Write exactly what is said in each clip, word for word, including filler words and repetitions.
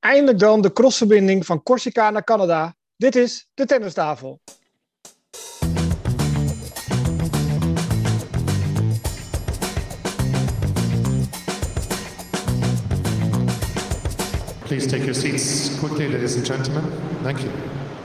Eindelijk dan de crossverbinding van Corsica naar Canada. Dit is de tennistafel. Please take your seats quickly, ladies and gentlemen. Thank you.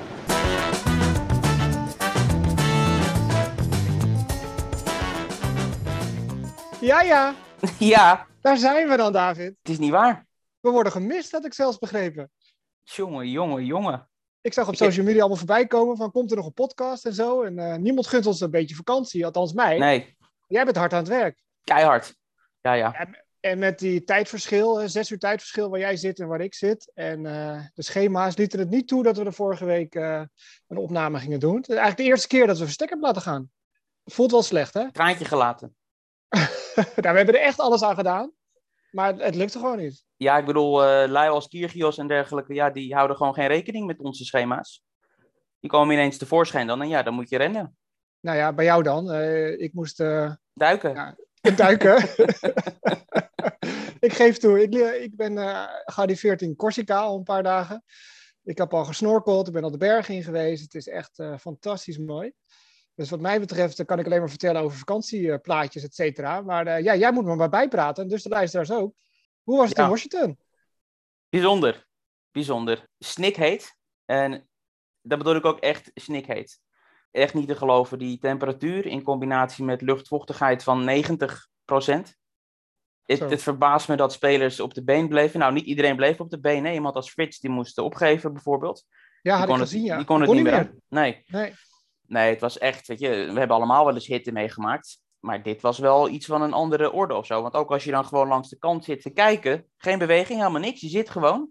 Ja, ja. Ja. Daar zijn we dan, David. Het is niet waar. We worden gemist, had ik zelfs begrepen. Jongen, jongen, jongen. Ik zag op social media allemaal voorbij komen van komt er nog een podcast en zo. En uh, niemand gunt ons een beetje vakantie, althans mij. Nee. Jij bent hard aan het werk. Keihard. Ja, ja. En, en met die tijdverschil, zes uur tijdverschil waar jij zit en waar ik zit. En uh, de schema's lieten het niet toe dat we de vorige week uh, een opname gingen doen. Het is eigenlijk de eerste keer dat we verstek hebben laten gaan. Voelt wel slecht, hè? Traantje gelaten. nou, we hebben er echt alles aan gedaan. Maar het lukte gewoon niet. Ja, ik bedoel, uh, lui als Kyrgios en dergelijke, ja, die houden gewoon geen rekening met onze schema's. Die komen ineens tevoorschijn dan en ja, dan moet je rennen. Nou ja, bij jou dan. Uh, ik moest... Uh, duiken. Ja, duiken. ik geef toe, ik, ik ben uh, gearriveerd in Corsica al een paar dagen. Ik heb al gesnorkeld, ik ben al de bergen in geweest. Het is echt uh, fantastisch mooi. Dus wat mij betreft kan ik alleen maar vertellen over vakantieplaatjes, et cetera. Maar uh, ja, jij moet me maar bijpraten, dus de luisteraars ook. Hoe was het ja. in Washington? Bijzonder. Bijzonder. Snikheet. En dat bedoel ik ook echt snikheet. Echt niet te geloven. Die temperatuur in combinatie met luchtvochtigheid van negentig procent. Het, het verbaast me dat spelers op de been bleven. Nou, niet iedereen bleef op de been. Nee, iemand als Fritz die moest opgeven bijvoorbeeld. Ja, had die ik kon gezien, het, ja. Die kon het kon niet meer. meer. Nee. nee. Nee, het was echt, weet je, we hebben allemaal wel eens hitte meegemaakt. Maar dit was wel iets van een andere orde of zo. Want ook als je dan gewoon langs de kant zit te kijken, geen beweging, helemaal niks. Je zit gewoon.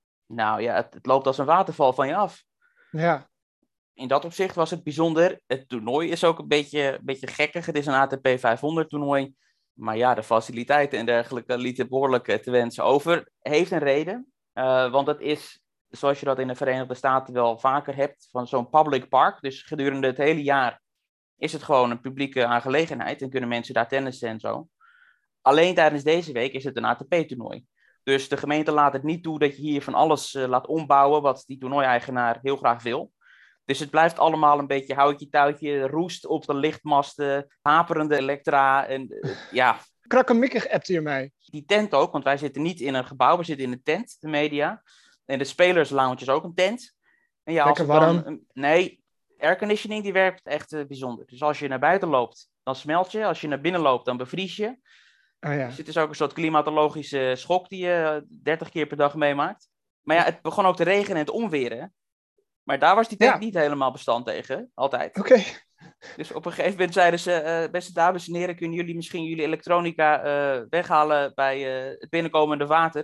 Nou ja, het, het loopt als een waterval van je af. Ja. In dat opzicht was het bijzonder. Het toernooi is ook een beetje, een beetje gekkig. Het is een A T P vijfhonderd toernooi. Maar ja, de faciliteiten en dergelijke lieten behoorlijk te wensen over. Heeft een reden. Uh, want het is, zoals je dat in de Verenigde Staten wel vaker hebt, van zo'n public park. Dus gedurende het hele jaar is het gewoon een publieke aangelegenheid. En kunnen mensen daar tennissen en zo. Alleen tijdens deze week is het een A T P-toernooi. Dus de gemeente laat het niet toe dat je hier van alles uh, laat ombouwen wat die toernooieigenaar heel graag wil. Dus het blijft allemaal een beetje houtje touwtje, roest op de lichtmasten, haperende elektra en uh, ja. Krakkemikkig appte je mij. Die tent ook, want wij zitten niet in een gebouw, we zitten in een tent, de media. En de spelerslounge is ook een tent. En ja, Lekker als warm. Dan, nee, airconditioning die werkt echt uh, bijzonder. Dus als je naar buiten loopt, dan smelt je. Als je naar binnen loopt, dan bevries je. Oh ja. Dus het is ook een soort klimatologische schok die je dertig keer per dag meemaakt. Maar ja, het begon ook te regenen en te onweren. Maar daar was die tent ja. niet helemaal bestand tegen, altijd. Oké. Okay. Dus op een gegeven moment zeiden ze, uh, beste dames en heren, kunnen jullie misschien jullie elektronica uh, weghalen bij uh, het binnenkomende water?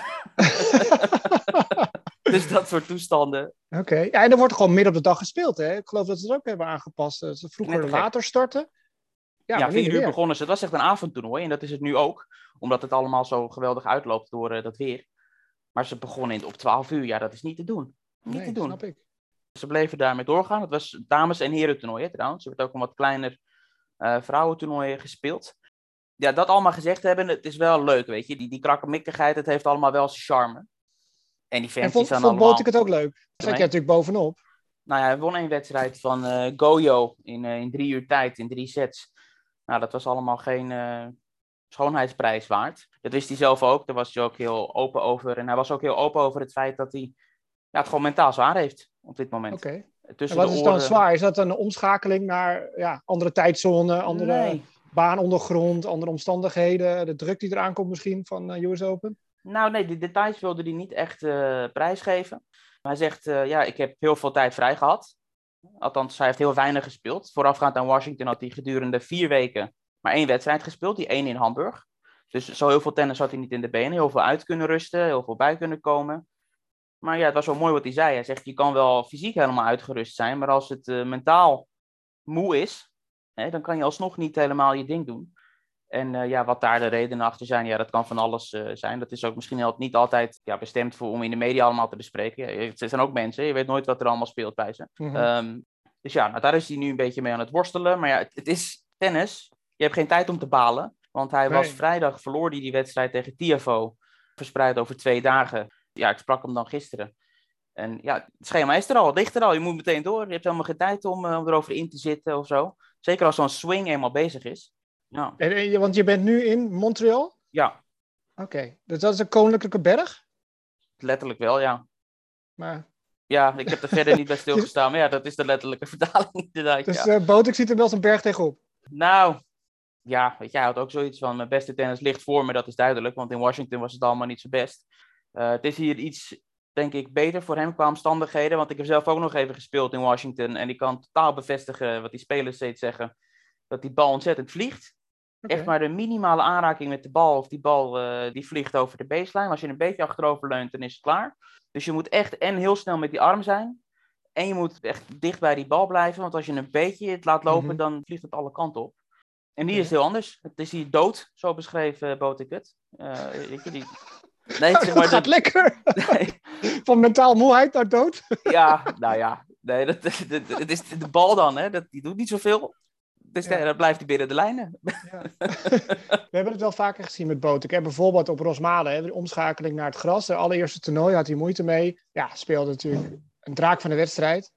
Dus dat soort toestanden. Oké, okay. Ja, en er wordt gewoon midden op de dag gespeeld, hè? Ik geloof dat ze het ook hebben aangepast. Dat ze vroeger later starten. Ja, ja vier uur begonnen ze. Het was echt een avondtoernooi en dat is het nu ook. Omdat het allemaal zo geweldig uitloopt door uh, dat weer. Maar ze begonnen op twaalf uur. Ja, dat is niet te doen. Niet nee, te doen. Snap ik. Ze bleven daarmee doorgaan. Het was dames- en herentoernooi hè, trouwens. Er werd ook een wat kleiner uh, vrouwentoernooi gespeeld. Ja, dat allemaal gezegd hebben, het is wel leuk, weet je. Die, die krakkemikkigheid, het heeft allemaal wel zijn charme. En die fans en vond, zijn vond allemaal... Botik het ook leuk? Daar zat jij natuurlijk bovenop. Nou ja, hij won een wedstrijd van uh, Gojo in, uh, in drie uur tijd, in drie sets. Nou, dat was allemaal geen uh, schoonheidsprijs waard. Dat wist hij zelf ook, daar was hij ook heel open over. En hij was ook heel open over het feit dat hij ja, het gewoon mentaal zwaar heeft op dit moment. Oké. Okay. En wat is oren... dan zwaar? Is dat een omschakeling naar ja, andere tijdzone, andere nee. baanondergrond, andere omstandigheden? De druk die eraan komt misschien van uh, U S Open? Nou nee, die details wilde hij niet echt uh, prijsgeven. Hij zegt, uh, ja, ik heb heel veel tijd vrij gehad. Althans, hij heeft heel weinig gespeeld. Voorafgaand aan Washington had hij gedurende vier weken maar één wedstrijd gespeeld. Die één in Hamburg. Dus zo heel veel tennis had hij niet in de benen. Heel veel uit kunnen rusten, heel veel bij kunnen komen. Maar ja, het was wel mooi wat hij zei. Hij zegt, je kan wel fysiek helemaal uitgerust zijn. Maar als het uh, mentaal moe is, hè, dan kan je alsnog niet helemaal je ding doen. En uh, ja, wat daar de redenen achter zijn, ja, dat kan van alles uh, zijn. Dat is ook misschien niet altijd ja, bestemd voor, om in de media allemaal te bespreken. Ja, het zijn ook mensen, je weet nooit wat er allemaal speelt bij ze. Mm-hmm. Um, dus ja, nou, daar is hij nu een beetje mee aan het worstelen. Maar ja, het, het is tennis. Je hebt geen tijd om te balen. Want hij nee. was vrijdag, verloor hij die wedstrijd tegen Tiafoe. Verspreid over twee dagen. Ja, ik sprak hem dan gisteren. En ja, het schema is er al, het ligt er al. Je moet meteen door. Je hebt helemaal geen tijd om, uh, om erover in te zitten of zo. Zeker als zo'n swing eenmaal bezig is. Ja. En, en je- want je bent nu in Montreal? Ja, Oké, okay. Dus dat is een koninklijke berg? letterlijk wel, ja. Maar... Ja, ik heb er verder niet bij stilgestaan. Maar ja, dat is de letterlijke vertaling inderdaad. Dus ja. uh, Botik ziet er wel eens een berg tegenop. Nou, ja, weet je, hij had ook zoiets van... Mijn beste tennis ligt voor me, dat is duidelijk. Want in Washington was het allemaal niet zo best. Uh, het is hier iets, denk ik, beter voor hem qua omstandigheden. Want ik heb zelf ook nog even gespeeld in Washington. En ik kan totaal bevestigen wat die spelers steeds zeggen. Dat die bal ontzettend vliegt. Okay. Echt maar de minimale aanraking met de bal. Of die bal uh, die vliegt over de baseline. Als je een beetje achterover leunt, dan is het klaar. Dus je moet echt en heel snel met die arm zijn. En je moet echt dicht bij die bal blijven. Want als je een beetje het laat lopen, mm-hmm. dan vliegt het alle kanten op. En die okay. is heel anders. Het is hier dood, zo beschreven uh, Botik het. Uh, weet je, die... Nee, het, zeg maar, dat gaat de... lekker. Nee. Van mentaal moeheid naar dood. Ja, nou ja. Nee, dat, dat, dat, dat is de bal dan, hè. Dat, die doet niet zoveel. Dus ja. Dan blijft hij binnen de lijnen. Ja. We hebben het wel vaker gezien met Botik. Hè? Bijvoorbeeld op Rosmalen, hè? De omschakeling naar het gras. De allereerste toernooi had hij moeite mee. Ja, speelde natuurlijk een draak van de wedstrijd.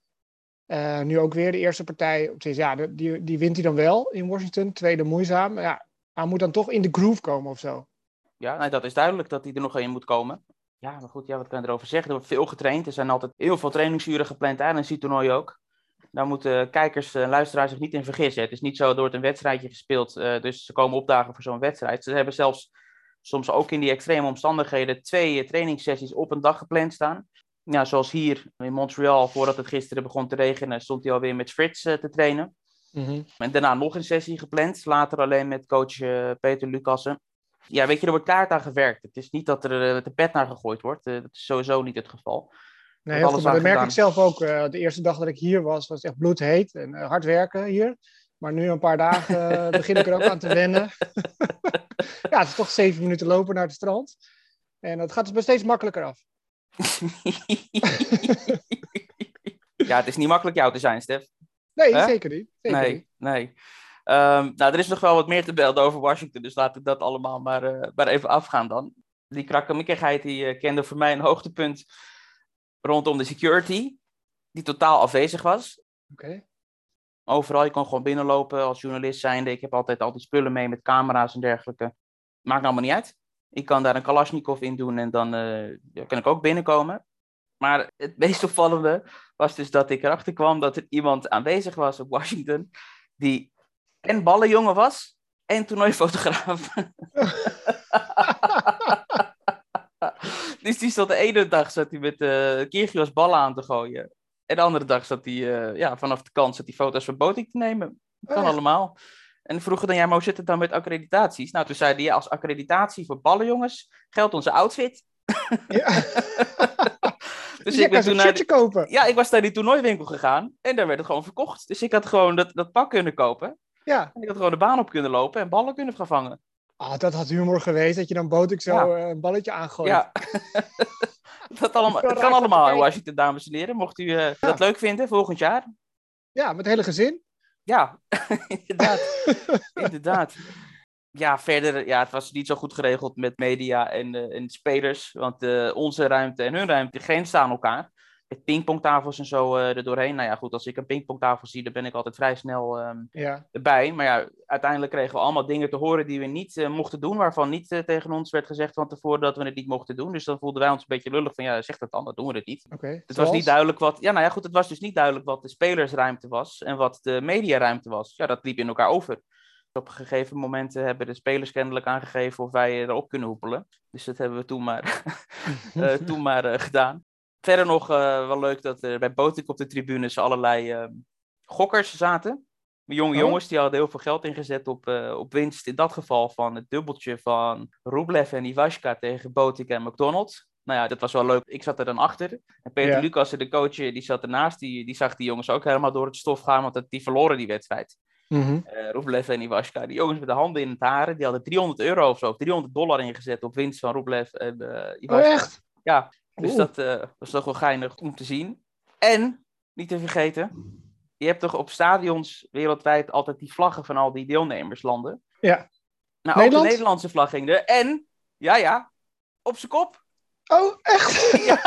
Uh, nu ook weer de eerste partij. Ja, die, die wint hij dan wel in Washington. Tweede moeizaam. Ja, hij moet dan toch in de groove komen of zo. Ja, nee, dat is duidelijk dat hij er nog in moet komen. Ja, maar goed, ja, wat kan je erover zeggen? Er wordt veel getraind. Er zijn altijd heel veel trainingsuren gepland tijdens het toernooi ook. Daar moeten kijkers en luisteraars zich niet in vergissen. Het is niet zo, er wordt een wedstrijdje gespeeld, uh, dus ze komen opdagen voor zo'n wedstrijd. Ze hebben zelfs soms ook in die extreme omstandigheden twee trainingssessies op een dag gepland staan. Ja, zoals hier in Montreal, voordat het gisteren begon te regenen, stond hij alweer met Fritz uh, te trainen. Mm-hmm. En daarna nog een sessie gepland, later alleen met coach uh, Peter Lucassen. Ja, weet je, er wordt kaart aan gewerkt. Het is niet dat er uh, de pet naar gegooid wordt. Uh, dat is sowieso niet het geval. Nee, heel goed, maar dat merk gedaan. Ik zelf ook. Uh, de eerste dag dat ik hier was, was het echt bloedheet en uh, hard werken hier. Maar nu een paar dagen uh, begin ik er ook aan te wennen. Ja, het is toch zeven minuten lopen naar het strand. En het gaat dus steeds makkelijker af. Ja, het is niet makkelijk jou te zijn, Stef. Nee, huh? zeker niet. Zeker nee, niet. nee. Um, nou, er is nog wel wat meer te belden over Washington, dus laat ik dat allemaal maar, uh, maar even afgaan dan. Die krakkemikkigheid die uh, kende voor mij een hoogtepunt rondom de security, die totaal afwezig was. Oké. Okay. Overal, je kon gewoon binnenlopen als journalist zijnde. Ik heb altijd al die spullen mee met camera's en dergelijke. Maakt allemaal niet uit. Ik kan daar een Kalashnikov in doen en dan uh, ja, kan ik ook binnenkomen. Maar het meest opvallende was dus dat ik erachter kwam dat er iemand aanwezig was op Washington die en ballenjongen was en toernooifotograaf. Dus die zat de ene dag zat hij met uh, Kyrgios ballen aan te gooien. En de andere dag zat hij uh, ja, vanaf de kant zat hij foto's van Botik te nemen. Dat kan oh, allemaal. En vroegen dan, ja, maar hoe zit het dan met accreditaties? Nou, toen zei hij, ja, als accreditatie voor ballenjongens geldt onze outfit. Ja. Dus ik ben toen naar die... kopen. Ja, ik was naar die toernooiwinkel gegaan en daar werd het gewoon verkocht. Dus ik had gewoon dat, dat pak kunnen kopen. Ja. En ik had gewoon de baan op kunnen lopen en ballen kunnen gaan vangen. Ah, dat had humor geweest, dat je dan Botik zo ja. uh, een balletje aangooit. Ja. dat allemaal, het kan allemaal in Washington, dames en heren. Mocht u uh, ja. dat leuk vinden, volgend jaar. Ja, met het hele gezin. Ja, inderdaad. inderdaad. Ja, verder, ja, het was niet zo goed geregeld met media en, uh, en spelers. Want uh, onze ruimte en hun ruimte grenzen aan elkaar. Met pingpongtafels en zo uh, er doorheen. Nou ja, goed, als ik een pingpongtafel zie, dan ben ik altijd vrij snel um, ja. erbij. Maar ja, uiteindelijk kregen we allemaal dingen te horen die we niet uh, mochten doen. Waarvan niet uh, tegen ons werd gezegd van tevoren dat we het niet mochten doen. Dus dan voelden wij ons een beetje lullig van, ja, zeg dat dan, dan doen we het niet. Okay, het was niet duidelijk wat, ja, nou ja, goed, het was dus niet duidelijk wat de spelersruimte was en wat de mediaruimte was. Ja, dat liep in elkaar over. Op een gegeven moment hebben de spelers kennelijk aangegeven of wij erop kunnen hoepelen. Dus dat hebben we toen maar, uh, toen maar uh, gedaan. Verder nog uh, wel leuk dat er bij Botik op de tribunes allerlei uh, gokkers zaten. Jonge oh. jongens die hadden heel veel geld ingezet op, uh, op winst. In dat geval van het dubbeltje van Rublev en Ivashka tegen Botik en McDonald. Nou ja, dat was wel leuk. Ik zat er dan achter. En Peter ja. Lucassen, de coach, die zat ernaast. Die, die zag die jongens ook helemaal door het stof gaan, want die verloren die wedstrijd. Mm-hmm. Uh, Rublev en Ivashka, die jongens met de handen in het haren, die hadden driehonderd euro of zo, of driehonderd dollar ingezet op winst van Rublev en uh, Ivashka. Oh, echt? Ja, dus dat uh, was toch wel geinig om te zien. En, niet te vergeten, je hebt toch op stadions wereldwijd altijd die vlaggen van al die deelnemerslanden. Ja. Nou, ook de Nederlandse vlag ging er. En, ja ja, op zijn kop. Oh, echt? Ja.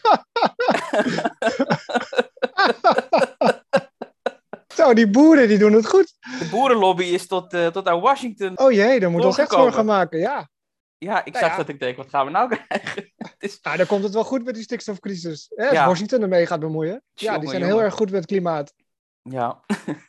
Zo, die boeren die doen het goed. De boerenlobby is tot, uh, tot aan Washington. Oh jee, daar moeten we ons echt zorgen maken, ja. Ja, ik nou zag ja. dat ik denk, wat gaan we nou krijgen? is... Nou, dan komt het wel goed met die stikstofcrisis. Hè, als ja. Washington ermee gaat bemoeien. Ja, Jongen, die zijn jongen. heel erg goed met het klimaat. Ja.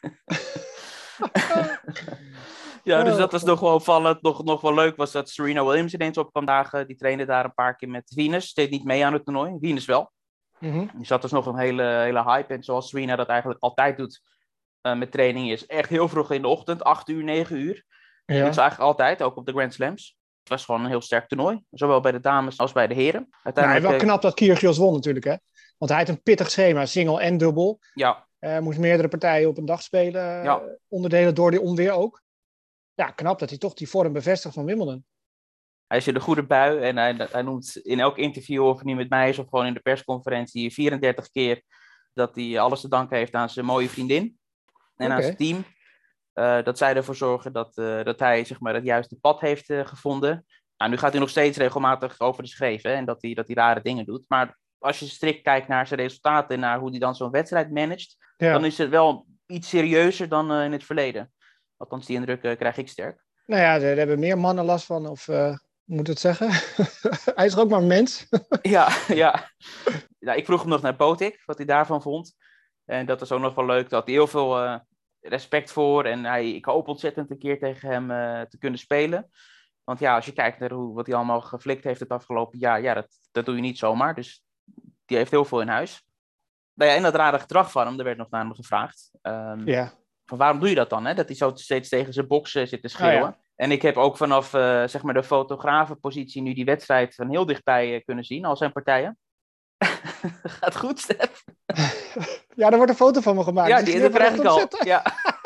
Ja, dus dat was nog wel opvallend. Nog, nog wel leuk was dat Serena Williams ineens op kwam dagen. Die trainde daar een paar keer met Venus. Deed niet mee aan het toernooi. Venus wel. Mm-hmm. Dus dat was nog een hele, hele hype. En zoals Serena dat eigenlijk altijd doet uh, met training is. Echt heel vroeg in de ochtend. acht uur, negen uur. Ja. Dat doet ze eigenlijk altijd. Ook op de Grand Slams. Het was gewoon een heel sterk toernooi. Zowel bij de dames als bij de heren. Uiteindelijk nou, wel knap dat Kyrgios won natuurlijk. Hè? Want hij had een pittig schema. Single en dubbel. Ja. Uh, moest meerdere partijen op een dag spelen. Ja. Uh, onderdelen door die onweer ook. Ja, knap dat hij toch die vorm bevestigt van Wimbledon. Hij is in de goede bui en hij, hij noemt in elk interview, of het nu met mij is of gewoon in de persconferentie, vierendertig keer dat hij alles te danken heeft aan zijn mooie vriendin en okay. aan zijn team. Uh, dat zij ervoor zorgen dat, uh, dat hij zeg maar, het juiste pad heeft uh, gevonden. Nou, nu gaat hij nog steeds regelmatig over de schreef hè, en dat hij, dat hij rare dingen doet. Maar als je strikt kijkt naar zijn resultaten en naar hoe hij dan zo'n wedstrijd managt, ja. dan is het wel iets serieuzer dan uh, in het verleden. Althans, die indruk uh, krijg ik sterk. Nou ja, er hebben meer mannen last van, of uh, moet het zeggen? Hij is er ook maar een mens. ja, ja. Nou, ik vroeg hem nog naar Botic, wat hij daarvan vond. En dat is ook nog wel leuk, dat hij heel veel uh, respect voor. En hij, ik hoop ontzettend een keer tegen hem uh, te kunnen spelen. Want ja, als je kijkt naar hoe, wat hij allemaal geflikt heeft het afgelopen jaar, ja, dat, dat doe je niet zomaar. Dus die heeft heel veel in huis. Nou ja, en dat rare gedrag van hem, er werd nog naar hem gevraagd. Um, ja. Van waarom doe je dat dan? Hè? Dat hij zo steeds tegen zijn box uh, zit te schreeuwen. Oh, ja. En ik heb ook vanaf uh, zeg maar de fotografenpositie nu die wedstrijd van heel dichtbij uh, kunnen zien, al zijn partijen. Gaat goed, Stef? Ja, er wordt een foto van me gemaakt. Ja, die, dat krijg ik al. Ja.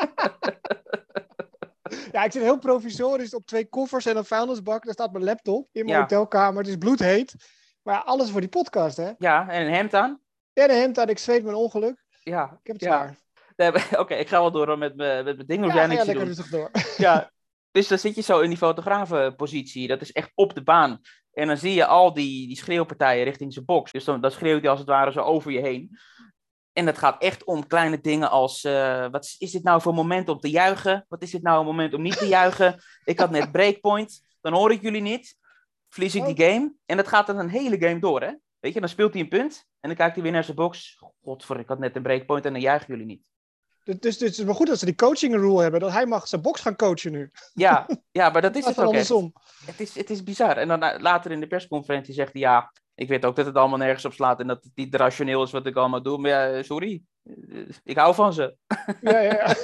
Ja, ik zit heel provisorisch op twee koffers en een vuilnisbak. Daar staat mijn laptop in mijn ja. hotelkamer. Het is bloedheet. Maar ja, alles voor die podcast, hè? Ja, en een hemd aan? Ja, een hemd aan. Ik zweet mijn ongeluk. Ja. Ik heb het ja. zwaar. Nee, Oké, okay, ik ga wel door met mijn met ding. Ja, ga jij lekker rustig door. Ja, dus dan zit je zo in die fotografenpositie. Dat is echt op de baan. En dan zie je al die, die schreeuwpartijen richting zijn box. Dus dan, dan schreeuwt hij als het ware zo over je heen. En het gaat echt om kleine dingen als... Uh, wat is dit nou voor een moment om te juichen? Wat is dit nou een moment om niet te juichen? Ik had net breakpoint. Dan hoor ik jullie niet. Verlies ik die game. En dat gaat dan een hele game door, hè? Weet je, dan speelt hij een punt. En dan kijkt hij weer naar zijn box. Godver, ik had net een breakpoint en dan juichen jullie niet. Dus, dus het is wel goed dat ze die coaching rule hebben. Dat hij mag zijn box gaan coachen nu. Ja, ja maar dat is het ook andersom. Het is, het is bizar. En dan later in de persconferentie zegt hij... Ja, ik weet ook dat het allemaal nergens op slaat. En dat het niet rationeel is wat ik allemaal doe. Maar ja, sorry. Ik hou van ze. Ja, ja, ja.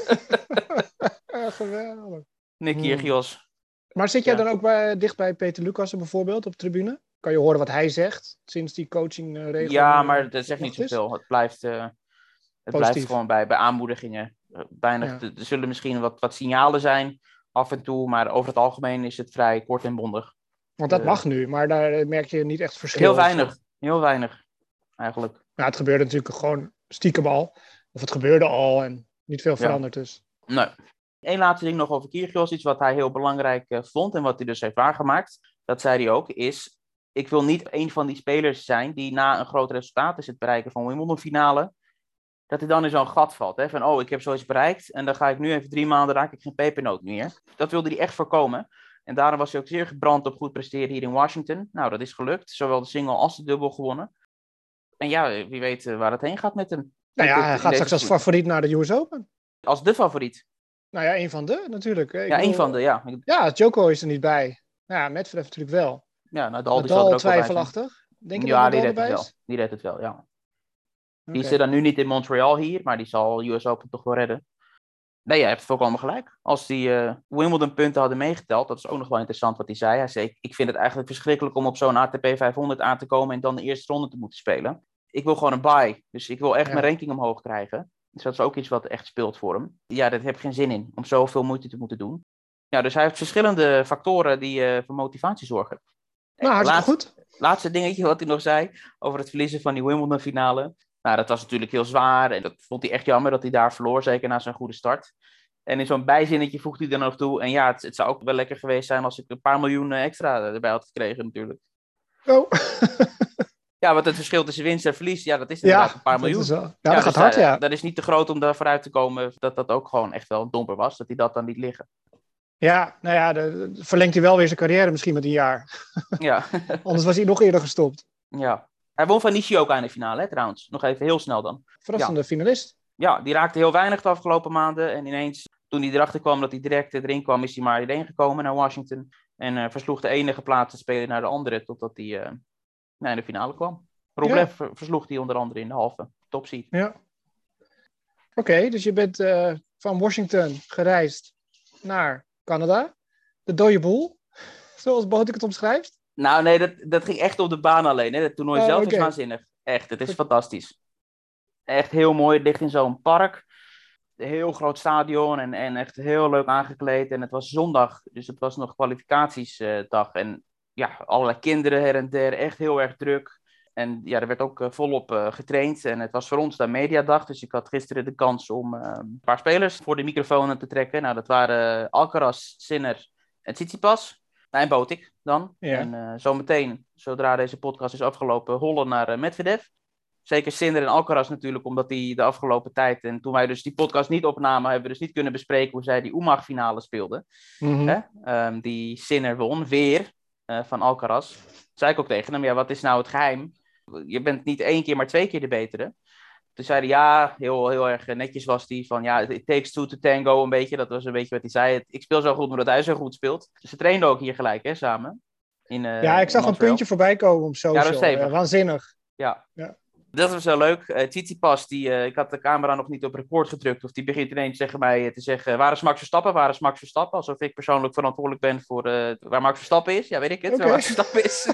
Ja, geweldig. Nick Kyrgios. Hmm. Maar zit jij ja. dan ook bij, dicht bij Peter Lucassen bijvoorbeeld op de tribune? Kan je horen wat hij zegt sinds die coachingregel? Ja, maar dat zegt niet zoveel. Het blijft... Uh, Het Positief. blijft gewoon bij, bij aanmoedigingen. Weinig, ja. Er zullen misschien wat, wat signalen zijn af en toe, maar over het algemeen is het vrij kort en bondig. Want dat uh, mag nu, maar daar merk je niet echt verschil. Heel weinig, heel weinig eigenlijk. Nou, het gebeurde natuurlijk gewoon stiekem al. Of het gebeurde al en niet veel veranderd ja. dus. Nee. Eén laatste ding nog over Kyrgios, iets wat hij heel belangrijk uh, vond en wat hij dus heeft waargemaakt. Dat zei hij ook, is ik wil niet een van die spelers zijn die na een groot resultaat is het bereiken van Wimbledon finale, dat hij dan in zo'n gat valt. Hè? Van, oh, ik heb zoiets bereikt en dan ga ik nu even drie maanden, raak ik geen pepernoot meer. Dat wilde hij echt voorkomen. En daarom was hij ook zeer gebrand op goed presteren hier in Washington. Nou, dat is gelukt. Zowel de single als de dubbel gewonnen. En ja, wie weet waar het heen gaat met hem. Nou ja, met hij gaat straks als favoriet naar de U S Open. Als de favoriet? Nou ja, een van de natuurlijk. Ik ja, bedoel, een van de, ja. Ja, Djoko is er niet bij. Nou ja, Medvedev natuurlijk wel. Ja, Nadal, Nadal die twijfelachtig. Denk je ja, dat die Nadal redt erbij het is? wel. Die redt het wel, ja. Die Okay. zit dan nu niet in Montreal hier, maar die zal U S Open toch wel redden. Nee, jij hebt het ook allemaal gelijk. Als die uh, Wimbledon punten hadden meegeteld, dat is ook nog wel interessant wat hij zei. Hij zei, ik vind het eigenlijk verschrikkelijk om op zo'n A T P vijfhonderd aan te komen en dan de eerste ronde te moeten spelen. Ik wil gewoon een bye, dus ik wil echt ja. mijn ranking omhoog krijgen. Dus dat is ook iets wat echt speelt voor hem. Ja, daar heb ik geen zin in, om zoveel moeite te moeten doen. Ja, dus hij heeft verschillende factoren die uh, voor motivatie zorgen. Nou, hartstikke laatste, goed. Laatste dingetje wat hij nog zei over het verliezen van die Wimbledon finale. Nou, dat was natuurlijk heel zwaar en dat vond hij echt jammer dat hij daar verloor, zeker na zijn goede start. En in zo'n bijzinnetje voegt hij er nog toe. En ja, het, het zou ook wel lekker geweest zijn als ik een paar miljoen extra erbij had gekregen natuurlijk. Oh. Ja, want het verschil tussen winst en verlies, ja, dat is inderdaad Ja, een paar dat miljoen. is wel- ja, Ja, dat dus gaat hard, daar- ja. Dat is niet te groot om daar vooruit te komen dat dat ook gewoon echt wel een domper was. Dat hij dat dan niet liggen. Ja, nou ja, de, de- verlengt hij wel weer zijn carrière misschien met een jaar. Ja. Anders was hij nog eerder gestopt. Ja. Hij won van Nishi ook aan de finale, hè, trouwens. Nog even heel snel dan. Verrassende finalist. Ja, die raakte heel weinig de afgelopen maanden. En ineens, toen hij erachter kwam dat hij direct erin kwam, is hij maar hierheen gekomen naar Washington. En uh, versloeg de enige geplaatste speler naar de andere, totdat hij uh, naar de finale kwam. Roblev ja. versloeg hij onder andere in de halve top seed. Ja. Oké, okay, dus je bent uh, van Washington gereisd naar Canada. De dode boel, zoals Botik het omschrijft. Nou nee, dat, dat ging echt op de baan alleen. Hè. Het toernooi oh, zelf okay. is waanzinnig. Echt, het is fantastisch. Echt heel mooi. Het ligt in zo'n park. Een heel groot stadion en, en echt heel leuk aangekleed. En het was zondag, dus het was nog kwalificatiesdag. En ja, allerlei kinderen her en der. Echt heel erg druk. En ja, er werd ook uh, volop uh, getraind. En het was voor ons dan mediadag. Dus ik had gisteren de kans om uh, een paar spelers voor de microfoon te trekken. Nou, dat waren uh, Alcaraz, Sinner en Tsitsipas. En Botik dan. Ja. En uh, zometeen, zodra deze podcast is afgelopen, hollen naar uh, Medvedev. Zeker Sinner en Alcaraz natuurlijk, omdat die de afgelopen tijd... En toen wij dus die podcast niet opnamen, hebben we dus niet kunnen bespreken hoe zij die Oemag-finale speelden. Mm-hmm. Hè? Um, die Sinner won, weer, uh, van Alcaraz. Zei ik ook tegen hem, ja, wat is nou het geheim? Je bent niet één keer, maar twee keer de betere. Toen zei hij, ja, heel, heel erg netjes was hij van, ja, it takes two to tango een beetje. Dat was een beetje wat hij zei. Ik speel zo goed, omdat hij zo goed speelt. Dus ze trainden ook hier gelijk, hè, samen. In, uh, ja, ik zag een puntje voorbij komen op social. Ja, dat was stevig. Uh, waanzinnig. Ja. ja. Dat was wel leuk. Uh, Tsitsipas, die, uh, ik had de camera nog niet op record gedrukt. Of die begint ineens tegen mij te zeggen... Waar is Max Verstappen? Waar is Max Verstappen? Alsof ik persoonlijk verantwoordelijk ben voor uh, waar Max Verstappen is. Ja, weet ik het. Okay. Waar Max Verstappen is.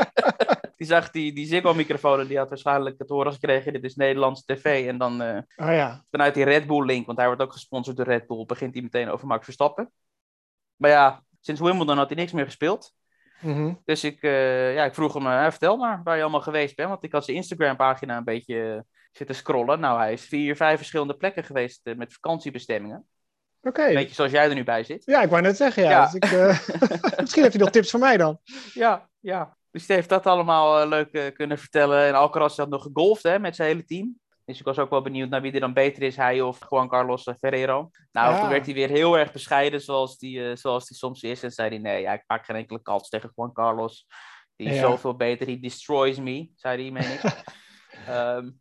Die zag die, die Ziggo-microfoon en die had waarschijnlijk het horen gekregen. Dit is Nederlandse tv. En dan uh, oh, ja. vanuit die Red Bull-link, want hij wordt ook gesponsord door Red Bull... begint hij meteen over Max Verstappen. Maar ja, sinds Wimbledon had hij niks meer gespeeld. Mm-hmm. Dus ik, uh, ja, ik vroeg hem, uh, vertel maar waar je allemaal geweest bent. Want ik had zijn Instagram-pagina een beetje uh, zitten scrollen. Nou, hij is vier, vijf verschillende plekken geweest uh, met vakantiebestemmingen. Oké. Okay. Beetje zoals jij er nu bij zit. Ja, ik wou net zeggen, ja. ja. Dus ik, uh, misschien heeft hij nog tips voor mij dan. Ja, ja. Dus hij heeft dat allemaal uh, leuk uh, kunnen vertellen. En Alcaraz had nog gegolfd hè, met zijn hele team. Dus ik was ook wel benieuwd naar wie er dan beter is, hij of Juan Carlos Ferrero. Nou, ja. Toen werd hij weer heel erg bescheiden, zoals die, uh, zoals die soms is. En zei hij, nee, ja, ik maak geen enkele kans tegen Juan Carlos. Die is ja. zoveel beter, he destroys me, zei hij, meen ik. um,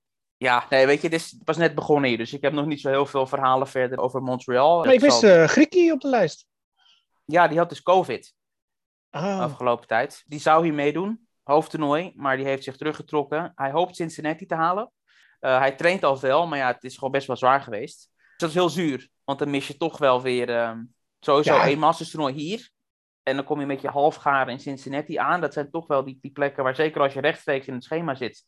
ja, nee, weet je, het is pas net begonnen hier. Dus ik heb nog niet zo heel veel verhalen verder over Montreal. Maar ik wist uh, Griekie op de lijst. Ja, die had dus COVID. Oh. Afgelopen tijd. Die zou hier meedoen, hoofdtoernooi, maar die heeft zich teruggetrokken. Hij hoopt Cincinnati te halen. Uh, hij traint al wel, maar ja, het is gewoon best wel zwaar geweest. Dus dat is heel zuur, want dan mis je toch wel weer um, sowieso ja. één Masters toernooi hier. En dan kom je met je halfgaren in Cincinnati aan. Dat zijn toch wel die, die plekken waar, zeker als je rechtstreeks in het schema zit,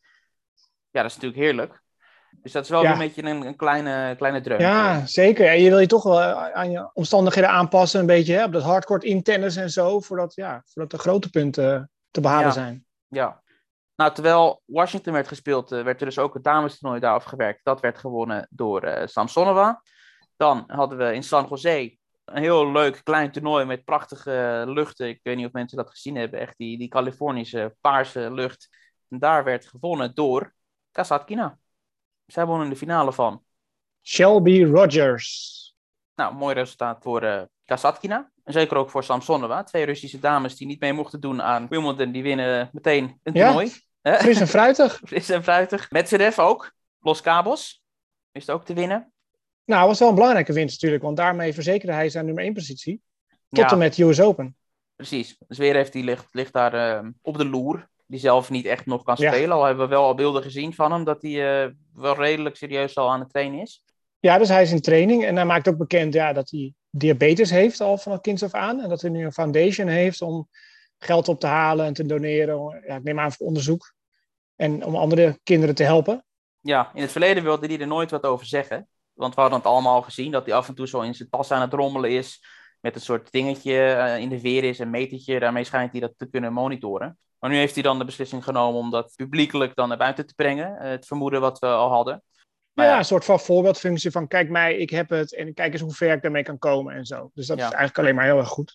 ja, dat is natuurlijk heerlijk. Dus dat is wel ja. een beetje een, een kleine, kleine dreun. Ja, zeker. Ja, je wil je toch wel aan je omstandigheden aanpassen, een beetje, hè, op dat hardcourt in tennis en zo, voordat, ja, voordat de grote punten te behalen ja. zijn. Ja. Nou, terwijl Washington werd gespeeld, uh, werd er dus ook het damestoernooi daar afgewerkt. Dat werd gewonnen door uh, Samsonova. Dan hadden we in San Jose een heel leuk klein toernooi met prachtige luchten. Ik weet niet of mensen dat gezien hebben. Echt die, die Californische paarse lucht. En daar werd gewonnen door Kasatkina. Zij wonnen in de finale van Shelby Rogers. Nou, mooi resultaat voor uh, Kasatkina. En zeker ook voor Samsonova. Twee Russische dames die niet mee mochten doen aan Wimbledon. Die winnen meteen een toernooi. Ja. Fris en fruitig. Fris en fruitig. Medvedev ook. Los Cabos. Is het ook te winnen. Nou, was wel een belangrijke winst natuurlijk. Want daarmee verzekerde hij zijn nummer één positie. Tot ja. en met U S Open. Precies. Zverev die ligt, ligt daar uh, op de loer. Die zelf niet echt nog kan spelen. Ja. Al hebben we wel al beelden gezien van hem. Dat hij uh, wel redelijk serieus al aan het trainen is. Ja, dus hij is in training. En hij maakt ook bekend ja, dat hij diabetes heeft al vanaf kinds af aan. En dat hij nu een foundation heeft om geld op te halen en te doneren. Ja, ik neem aan voor onderzoek. En om andere kinderen te helpen. Ja, in het verleden wilde hij er nooit wat over zeggen. Want we hadden het allemaal al gezien. Dat hij af en toe zo in zijn tas aan het rommelen is. Met een soort dingetje uh, in de weer is. Een metertje. Daarmee schijnt hij dat te kunnen monitoren. Maar nu heeft hij dan de beslissing genomen om dat publiekelijk dan naar buiten te brengen. Uh, het vermoeden wat we al hadden. Maar ja, ja, een soort van voorbeeldfunctie van kijk mij, ik heb het. En kijk eens hoe ver ik daarmee kan komen en zo. Dus dat ja. is eigenlijk alleen maar heel erg goed.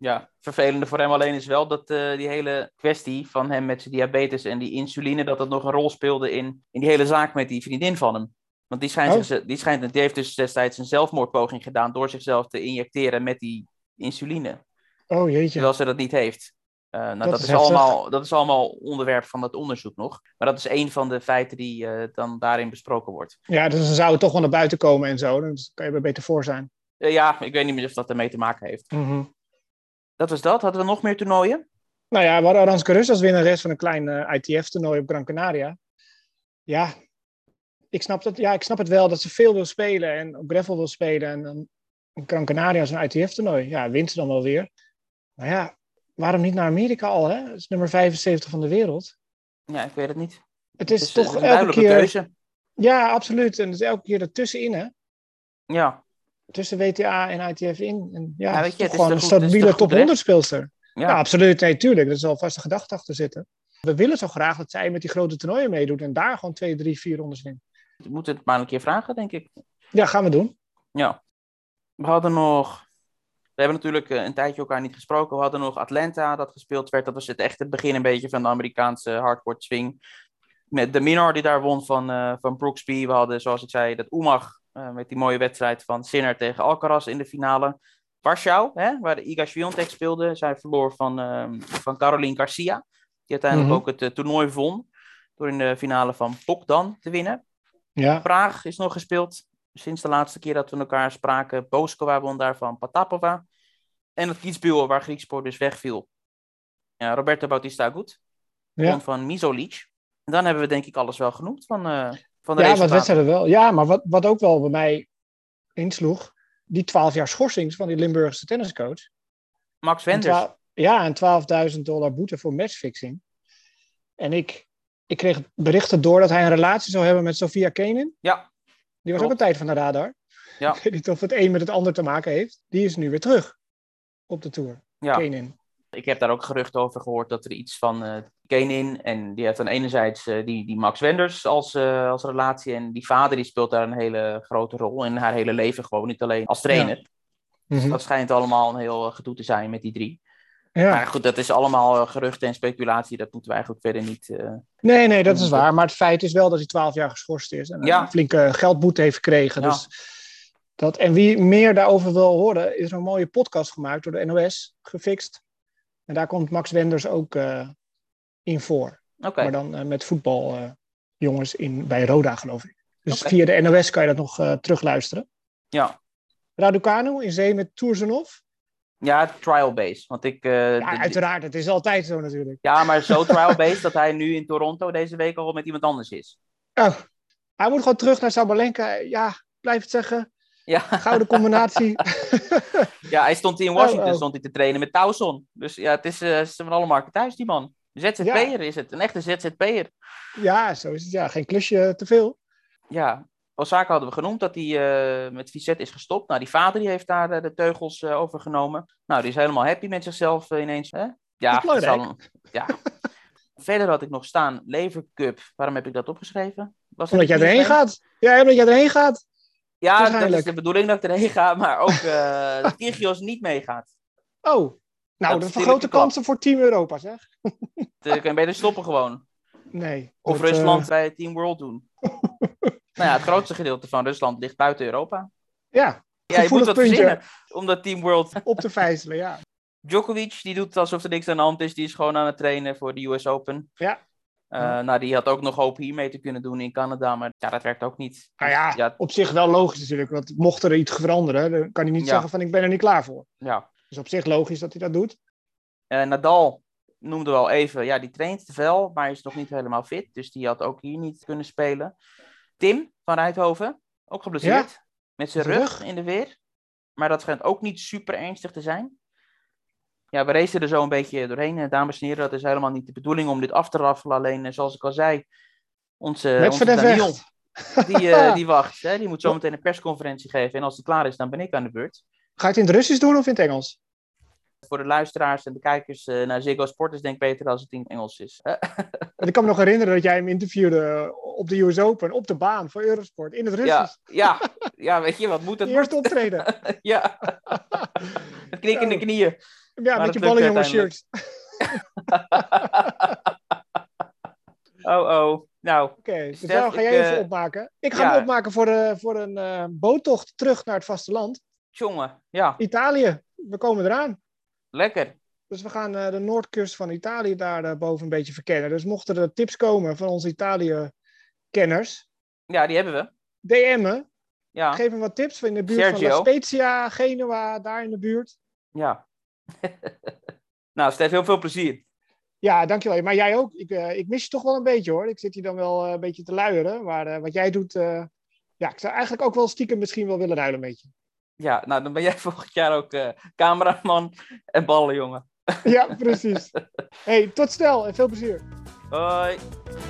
Ja, vervelende voor hem alleen is wel dat uh, die hele kwestie van hem met zijn diabetes en die insuline, dat dat nog een rol speelde in, in die hele zaak met die vriendin van hem. Want die, schijnt Oh. zich, die, schijnt, die heeft dus destijds een zelfmoordpoging gedaan door zichzelf te injecteren met die insuline. Oh jeetje. Terwijl ze dat niet heeft. Uh, nou, dat, dat, is is allemaal, dat is allemaal onderwerp van het onderzoek nog. Maar dat is een van de feiten die uh, dan daarin besproken wordt. Ja, dus dan zou het toch wel naar buiten komen en zo. Dan kan je er beter voor zijn. Uh, ja, ik weet niet meer of dat ermee te maken heeft. Mm-hmm. Dat was dat. Hadden we nog meer toernooien? Nou ja, we hadden Aranska Rus als winnares van een klein uh, I T F-toernooi op Gran Canaria. Ja ik, snap dat, ja, ik snap het wel dat ze veel wil spelen en op gravel wil spelen. En dan Gran Canaria als een I T F-toernooi. Ja, wint ze dan wel weer. Maar ja, waarom niet naar Amerika al? Hè? Dat is nummer vijfenzeventig van de wereld. Ja, ik weet het niet. Het is het is, toch het is een elke keer... keuze. Ja, absoluut. En het is elke keer ertussenin, hè? Ja. Tussen W T A en I T F in. En ja, ja het weet is je, toch het gewoon is een goed, stabiele goed top honderd speelster. Ja. ja, absoluut. Nee, tuurlijk. Er zal vast een gedachte achter zitten. We willen zo graag dat zij met die grote toernooien meedoet en daar gewoon twee, drie, vier rondes wint. We moeten het maar een keer vragen, denk ik. Ja, gaan we doen. Ja. We hadden nog... We hebben natuurlijk een tijdje elkaar niet gesproken. We hadden nog Atlanta dat gespeeld werd. Dat was het echt het begin een beetje van de Amerikaanse hardcore swing. Met de Minor die daar won van, uh, van Brooksby. We hadden, zoals ik zei, dat Umag uh, met die mooie wedstrijd van Sinner tegen Alcaraz in de finale. Warschau, hè, waar de Iga Swiatek speelde. Zij verloor van, uh, van Caroline Garcia. Die uiteindelijk mm-hmm. ook het uh, toernooi won. Door in de finale van Bogdan te winnen. Ja. Praag is nog gespeeld. Sinds de laatste keer dat we elkaar spraken. Boskova won daar van Patapova. En het Kitzbühel, waar Griekspoor dus wegviel. Ja, Roberto Bautista Agut. Ja. Won van Misolic. En dan hebben we denk ik alles wel genoemd van, uh, van de ja, resultaten. wat wedstrijden wel. Ja, maar wat, wat ook wel bij mij insloeg. Die twaalf jaar schorsing van die Limburgse tenniscoach. Max Wenders. En twa- ja, en twaalfduizend dollar boete voor matchfixing. En ik, ik kreeg berichten door dat hij een relatie zou hebben met Sofia Kenin. Ja. Die was Klopt. ook een tijd van de radar. Ja. Ik weet niet of het een met het ander te maken heeft. Die is nu weer terug op de Tour. Ja. Kenin. Ik heb daar ook geruchten over gehoord dat er iets van uh, Kenin. En die heeft dan enerzijds uh, die, die Max Wenders als, uh, als relatie. En die vader die speelt daar een hele grote rol in haar hele leven. Gewoon niet alleen als trainer. Ja. Dus mm-hmm. dat schijnt allemaal een heel uh, gedoe te zijn met die drie. Ja. Maar goed, dat is allemaal uh, geruchten en speculatie. Dat moeten wij eigenlijk verder niet... Uh, nee, nee, dat is waar. Maar het feit is wel dat hij twaalf jaar geschorst is. En ja. een flinke geldboete heeft gekregen. Ja. Dus dat, en wie meer daarover wil horen, is er een mooie podcast gemaakt door de N O S, gefixt. En daar komt Max Wenders ook uh, in voor. Okay. Maar dan uh, met voetbaljongens uh, bij Roda, geloof ik. Dus okay. via de N O S kan je dat nog uh, terugluisteren. Ja. Raducanu in zee met Tourzenov. Ja, trial-based. Want ik, uh, ja, de, uiteraard. Het is altijd zo natuurlijk. Ja, maar zo trial-based dat hij nu in Toronto deze week al met iemand anders is. Oh, hij moet gewoon terug naar Sabalenka. Ja, blijf het zeggen. Ja. Gouden combinatie. Ja, hij stond hier in Washington oh, oh. stond hij te trainen met Towson. Dus ja, het is uh, van alle marken thuis, die man. Z Z P'er ja. is het. Een echte Z Z P'er. Ja, zo is het. Ja, geen klusje te veel. Ja. Osaka hadden we genoemd dat hij uh, met Fisset is gestopt. Nou, die vader die heeft daar uh, de teugels uh, overgenomen. Nou, die is helemaal happy met zichzelf uh, ineens. Hè? Ja, dat is al, ja. Verder had ik nog staan Lever Cup. Waarom heb ik dat opgeschreven? Was omdat jij erheen gaat. Ja, omdat jij erheen gaat. Ja, dat is de bedoeling dat ik erheen ga. Maar ook uh, dat Kyrgios niet meegaat. Oh, nou, dat, dat vergrote kansen voor Team Europa, zeg. Dan kan je beter stoppen gewoon. Nee. Of dat, Rusland uh... bij Team World doen. Nou ja, het grootste gedeelte van Rusland ligt buiten Europa. Ja, ja je moet wat verzinnen om dat Team World op te vijzelen, ja. Djokovic, die doet alsof er niks aan de hand is. Die is gewoon aan het trainen voor de U S Open. Ja. Uh, ja. Nou, die had ook nog hoop hiermee te kunnen doen in Canada, maar ja, dat werkt ook niet. Nou ja, ja, op zich wel logisch natuurlijk. Want mocht er iets veranderen, dan kan hij niet ja. zeggen van ik ben er niet klaar voor. Ja. Dus op zich logisch dat hij dat doet. Uh, Nadal noemde wel even, ja, die traint te veel, maar is nog niet helemaal fit. Dus die had ook hier niet kunnen spelen. Tim van Rijthoven, ook geblesseerd. Ja, met zijn rug, rug in de weer. Maar dat schijnt ook niet super ernstig te zijn. Ja, we racen er zo een beetje doorheen, dames en heren. Dat is helemaal niet de bedoeling om dit af te raffelen. Alleen, zoals ik al zei, onze, onze Daniel, die, uh, die wacht. Hè? Die moet zo meteen een persconferentie geven. En als die klaar is, dan ben ik aan de beurt. Ga je het in het Russisch doen of in het Engels? Voor de luisteraars en de kijkers uh, naar Ziggo Sport is denk ik beter als het in Engels is. Ik kan me nog herinneren dat jij hem interviewde op de U S Open, op de baan voor Eurosport, in het Russisch. Ja, ja, ja weet je, wat moet dat? Eerst optreden. Ja, het knikkende oh. knieën. Ja, Maar met je het lukte ballenjongen shirts. oh, oh. Nou, Oké, okay, dus Stef, daar ga ik, jij even uh, opmaken. Ik ga ja. hem opmaken voor, de, voor een uh, boottocht terug naar het vasteland. Jongen, ja. Italië, we komen eraan. Lekker. Dus we gaan uh, de noordkust van Italië daar uh, boven een beetje verkennen. Dus mochten er tips komen van onze Italië-kenners... Ja, die hebben we. D M'en. Ja. Geef hem wat tips in de buurt Sergio. van La Spezia, Genua, daar in de buurt. Ja. Nou, Stef, heel veel plezier. Ja, dankjewel. Maar jij ook. Ik, uh, ik mis je toch wel een beetje, hoor. Ik zit hier dan wel uh, een beetje te luieren. Maar uh, wat jij doet... Uh, ja, ik zou eigenlijk ook wel stiekem misschien wel willen ruilen met je. Ja, nou, dan ben jij volgend jaar ook uh, cameraman en ballenjongen. Ja, precies. Hey, tot snel en veel plezier. Hoi.